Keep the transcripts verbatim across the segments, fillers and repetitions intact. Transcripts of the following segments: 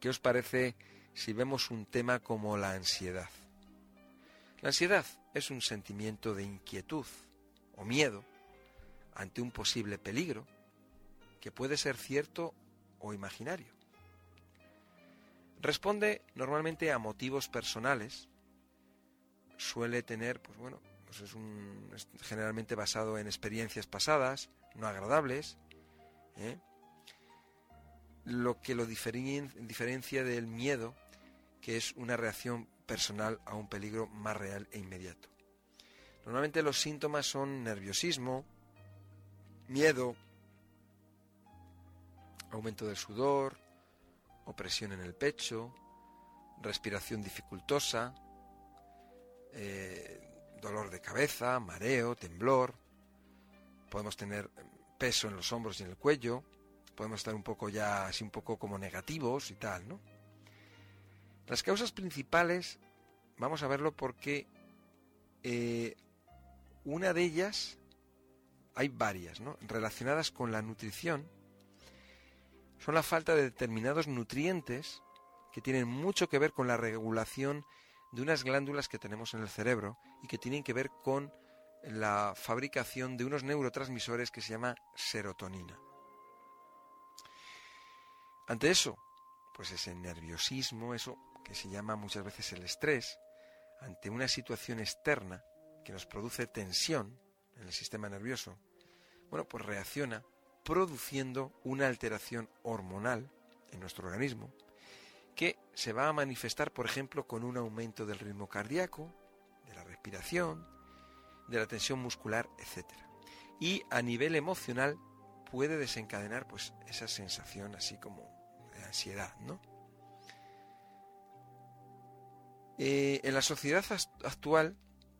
¿Qué os parece si vemos un tema como la ansiedad? La ansiedad es un sentimiento de inquietud o miedo ante un posible peligro que puede ser cierto o imaginario. Responde normalmente a motivos personales. Suele tener, pues bueno, pues es, un, es generalmente basado en experiencias pasadas, no agradables, ¿eh? Lo que lo diferen, diferencia del miedo, que es una reacción personal a un peligro más real e inmediato. Normalmente los síntomas son nerviosismo, miedo, aumento del sudor, opresión en el pecho, respiración dificultosa, eh, dolor de cabeza, mareo, temblor. Podemos tener peso en los hombros y en el cuello. Podemos estar un poco ya así un poco como negativos y tal, ¿no? Las causas principales, vamos a verlo porque eh, una de ellas, hay varias, ¿no?, relacionadas con la nutrición, son la falta de determinados nutrientes que tienen mucho que ver con la regulación de unas glándulas que tenemos en el cerebro y que tienen que ver con la fabricación de unos neurotransmisores que se llama serotonina. Ante eso, pues ese nerviosismo, eso que se llama muchas veces el estrés, ante una situación externa que nos produce tensión en el sistema nervioso, bueno, pues reacciona produciendo una alteración hormonal en nuestro organismo que se va a manifestar, por ejemplo, con un aumento del ritmo cardíaco, de la respiración, de la tensión muscular, etcétera. Y a nivel emocional puede desencadenar pues esa sensación así como de ansiedad, ¿no? Eh, en la sociedad actual,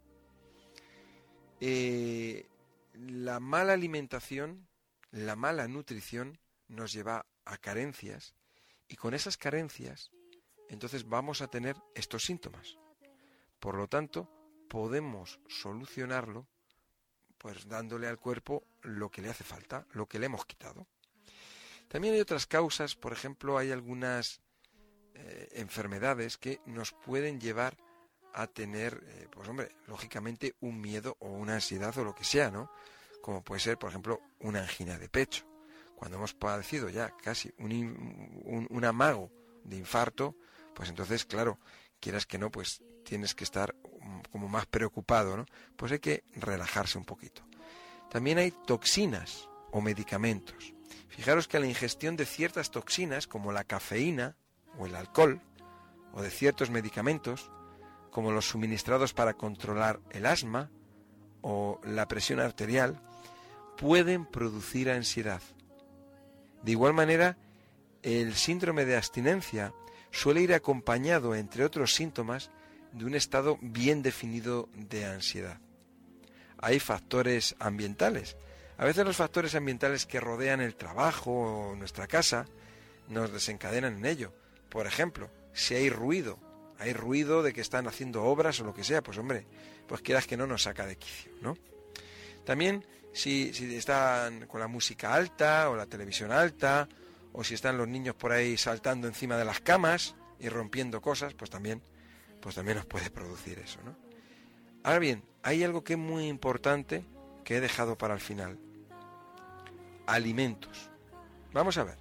eh, la mala alimentación, la mala nutrición nos lleva a carencias y con esas carencias entonces vamos a tener estos síntomas. Por lo tanto, podemos solucionarlo pues dándole al cuerpo lo que le hace falta, lo que le hemos quitado. También hay otras causas, por ejemplo, hay algunas eh, enfermedades que nos pueden llevar a tener, eh, pues hombre, lógicamente un miedo o una ansiedad o lo que sea, ¿no? Como puede ser, por ejemplo, una angina de pecho. Cuando hemos padecido ya casi un, un, un amago de infarto, pues entonces, claro, quieras que no, pues tienes que estar como más preocupado, ¿no? Pues hay que relajarse un poquito. También hay toxinas o medicamentos. Fijaros que la ingestión de ciertas toxinas, como la cafeína o el alcohol, o de ciertos medicamentos, como los suministrados para controlar el asma o la presión arterial, pueden producir ansiedad. De igual manera, el síndrome de abstinencia suele ir acompañado, entre otros síntomas, de un estado bien definido de ansiedad. Hay factores ambientales. A veces los factores ambientales que rodean el trabajo o nuestra casa nos desencadenan en ello. Por ejemplo, si hay ruido, hay ruido de que están haciendo obras o lo que sea, pues hombre, pues quieras que no nos saca de quicio, ¿no? También si, si están con la música alta o la televisión alta, o si están los niños por ahí saltando encima de las camas y rompiendo cosas, pues también, pues también nos puede producir eso, ¿no? Ahora bien, hay algo que es muy importante que he dejado para el final. Alimentos. Vamos a ver.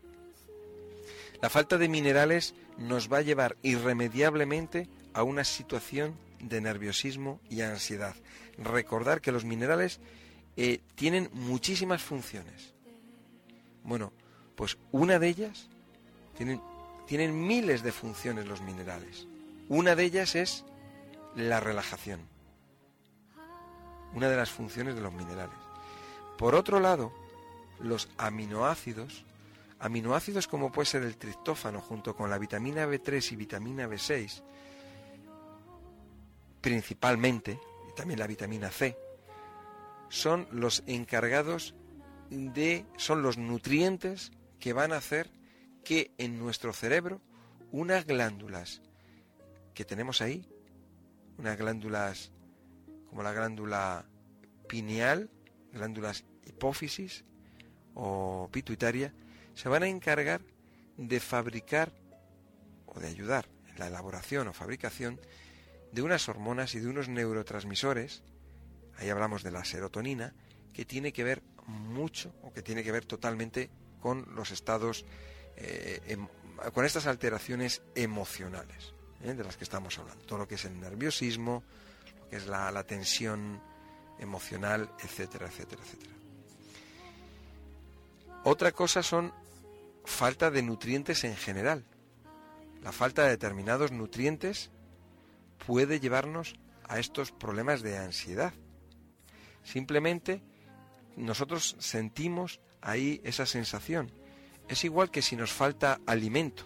La falta de minerales nos va a llevar irremediablemente a una situación de nerviosismo y ansiedad. Recordar que los minerales eh, tienen muchísimas funciones. Bueno, pues una de ellas, tienen, tienen miles de funciones los minerales. Una de ellas es la relajación. Una de las funciones de los minerales. Por otro lado, los aminoácidos, aminoácidos como puede ser el triptófano junto con la vitamina B tres y vitamina B seis, principalmente, y también la vitamina C, son los encargados de, son los nutrientes que van a hacer que en nuestro cerebro unas glándulas que tenemos ahí, unas glándulas como la glándula pineal, glándulas hipófisis o pituitaria, se van a encargar de fabricar o de ayudar en la elaboración o fabricación de unas hormonas y de unos neurotransmisores, ahí hablamos de la serotonina, que tiene que ver mucho o que tiene que ver totalmente con los estados, eh, em, con estas alteraciones emocionales, ¿eh? de las que estamos hablando, todo lo que es el nerviosismo, lo que es la, la tensión emocional, etcétera, etcétera, etcétera. Otra cosa son falta de nutrientes en general. La falta de determinados nutrientes puede llevarnos a estos problemas de ansiedad. Simplemente nosotros sentimos ahí esa sensación. Es igual que si nos falta alimento.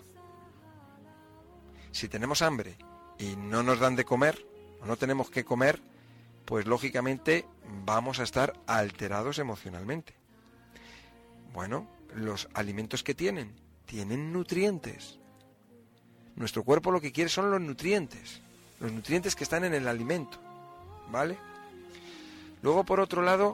Si tenemos hambre y no nos dan de comer, o no tenemos que comer, pues lógicamente vamos a estar alterados emocionalmente. Bueno, los alimentos que tienen, tienen nutrientes. Nuestro cuerpo lo que quiere son los nutrientes, los nutrientes que están en el alimento, ¿vale? Luego, por otro lado,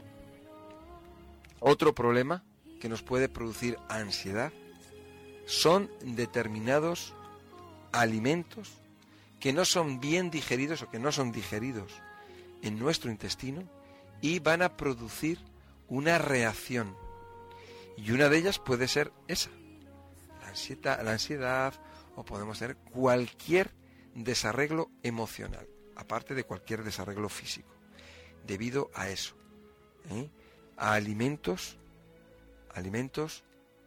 otro problema que nos puede producir ansiedad son determinados alimentos que no son bien digeridos o que no son digeridos en nuestro intestino y van a producir una reacción. Y una de ellas puede ser esa, la ansiedad, la ansiedad o podemos tener cualquier desarreglo emocional, aparte de cualquier desarreglo físico, debido a eso, ¿eh? a alimentos, alimentos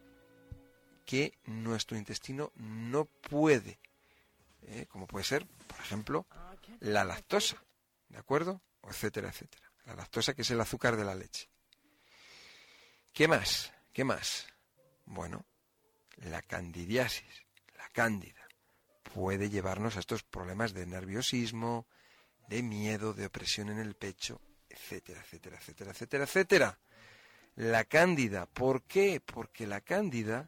que nuestro intestino no puede, ¿eh? como puede ser, por ejemplo, la lactosa, ¿de acuerdo? O etcétera, etcétera. La lactosa, que es el azúcar de la leche. ¿Qué más? ¿Qué más? Bueno, la candidiasis, la cándida, puede llevarnos a estos problemas de nerviosismo, de miedo, de opresión en el pecho, etcétera, etcétera, etcétera, etcétera, etcétera. La cándida, ¿por qué? Porque la cándida,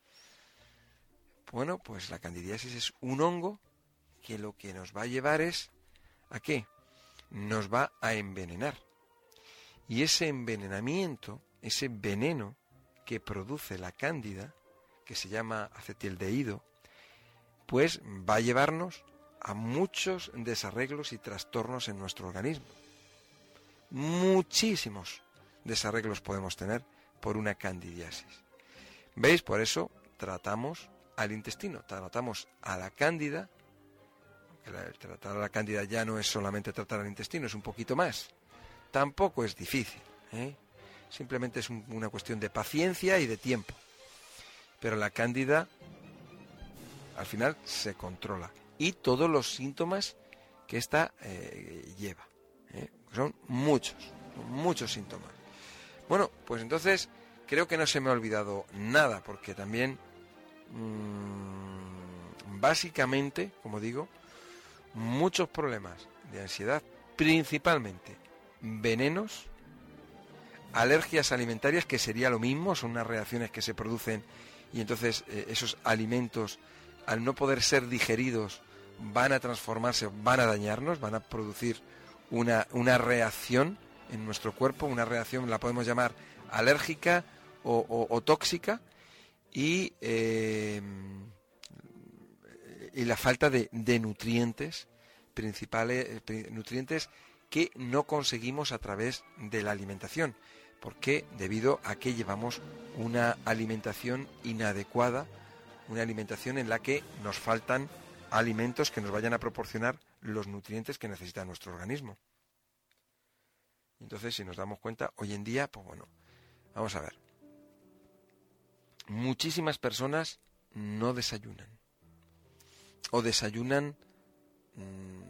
bueno, pues la candidiasis es un hongo que lo que nos va a llevar es, ¿a qué? Nos va a envenenar. Y ese envenenamiento, ese veneno que produce la cándida, que se llama acetildehído, pues va a llevarnos a muchos desarreglos y trastornos en nuestro organismo. Muchísimos desarreglos podemos tener por una candidiasis. ¿Veis? Por eso tratamos al intestino, tratamos a la cándida. El tratar a la cándida ya no es solamente tratar al intestino, es un poquito más. Tampoco es difícil, ¿eh? Simplemente es un, una cuestión de paciencia y de tiempo. Pero la cándida, al final, se controla. Y todos los síntomas que ésta eh, lleva. ¿eh? Son muchos, muchos síntomas. Bueno, pues entonces creo que no se me ha olvidado nada, porque también, mmm, básicamente, como digo, muchos problemas de ansiedad, principalmente venenos, alergias alimentarias, que sería lo mismo, son unas reacciones que se producen y entonces eh, esos alimentos, al no poder ser digeridos, van a transformarse, van a dañarnos, van a producir una, una reacción en nuestro cuerpo, una reacción, la podemos llamar alérgica o, o, o tóxica, y, eh, y la falta de, de nutrientes principales, nutrientes que no conseguimos a través de la alimentación. ¿Por qué? Debido a que llevamos una alimentación inadecuada, una alimentación en la que nos faltan alimentos que nos vayan a proporcionar los nutrientes que necesita nuestro organismo. Entonces, si nos damos cuenta, hoy en día, pues bueno, vamos a ver. Muchísimas personas no desayunan. O desayunan mmm,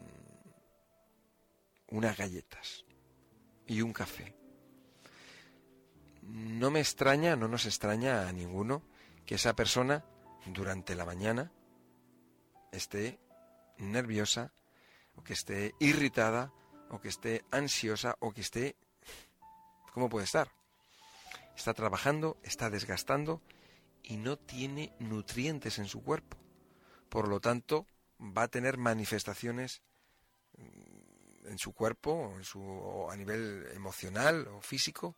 unas galletas y un café. No me extraña, no nos extraña a ninguno que esa persona durante la mañana esté nerviosa, o que esté irritada, o que esté ansiosa, o que esté... ¿Cómo puede estar? Está trabajando, está desgastando y no tiene nutrientes en su cuerpo. Por lo tanto, va a tener manifestaciones en su cuerpo, o, en su, o a nivel emocional o físico,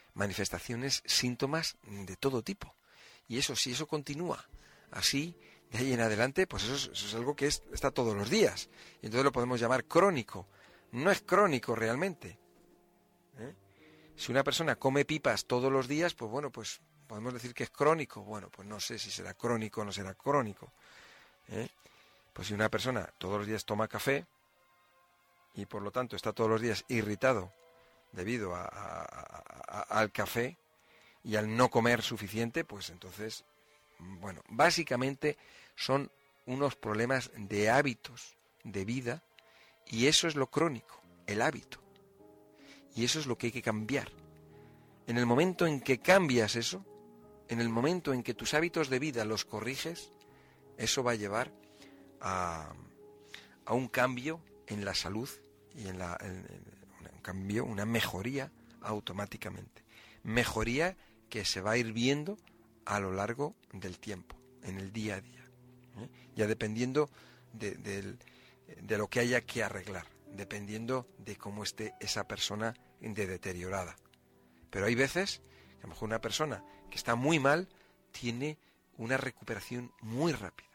manifestaciones, síntomas de todo tipo. Y eso, si eso continúa así, De ahí en adelante, pues eso es, eso es algo que es, está todos los días. Y entonces lo podemos llamar crónico. No es crónico realmente. ¿Eh? Si una persona come pipas todos los días, pues bueno, pues podemos decir que es crónico. Bueno, pues no sé si será crónico o no será crónico. ¿Eh? Pues si una persona todos los días toma café y por lo tanto está todos los días irritado debido a, a, a, a, al café y al no comer suficiente, pues entonces, bueno, básicamente son unos problemas de hábitos de vida y eso es lo crónico, el hábito. Y eso es lo que hay que cambiar. En el momento en que cambias eso, en el momento en que tus hábitos de vida los corriges, eso va a llevar a, a un cambio en la salud y en, la, en, en un cambio, una mejoría automáticamente. Mejoría que se va a ir viendo a lo largo del tiempo, en el día a día. ¿eh? Ya dependiendo de, de, de lo que haya que arreglar, dependiendo de cómo esté esa persona de deteriorada. Pero hay veces que a lo mejor una persona que está muy mal tiene una recuperación muy rápida.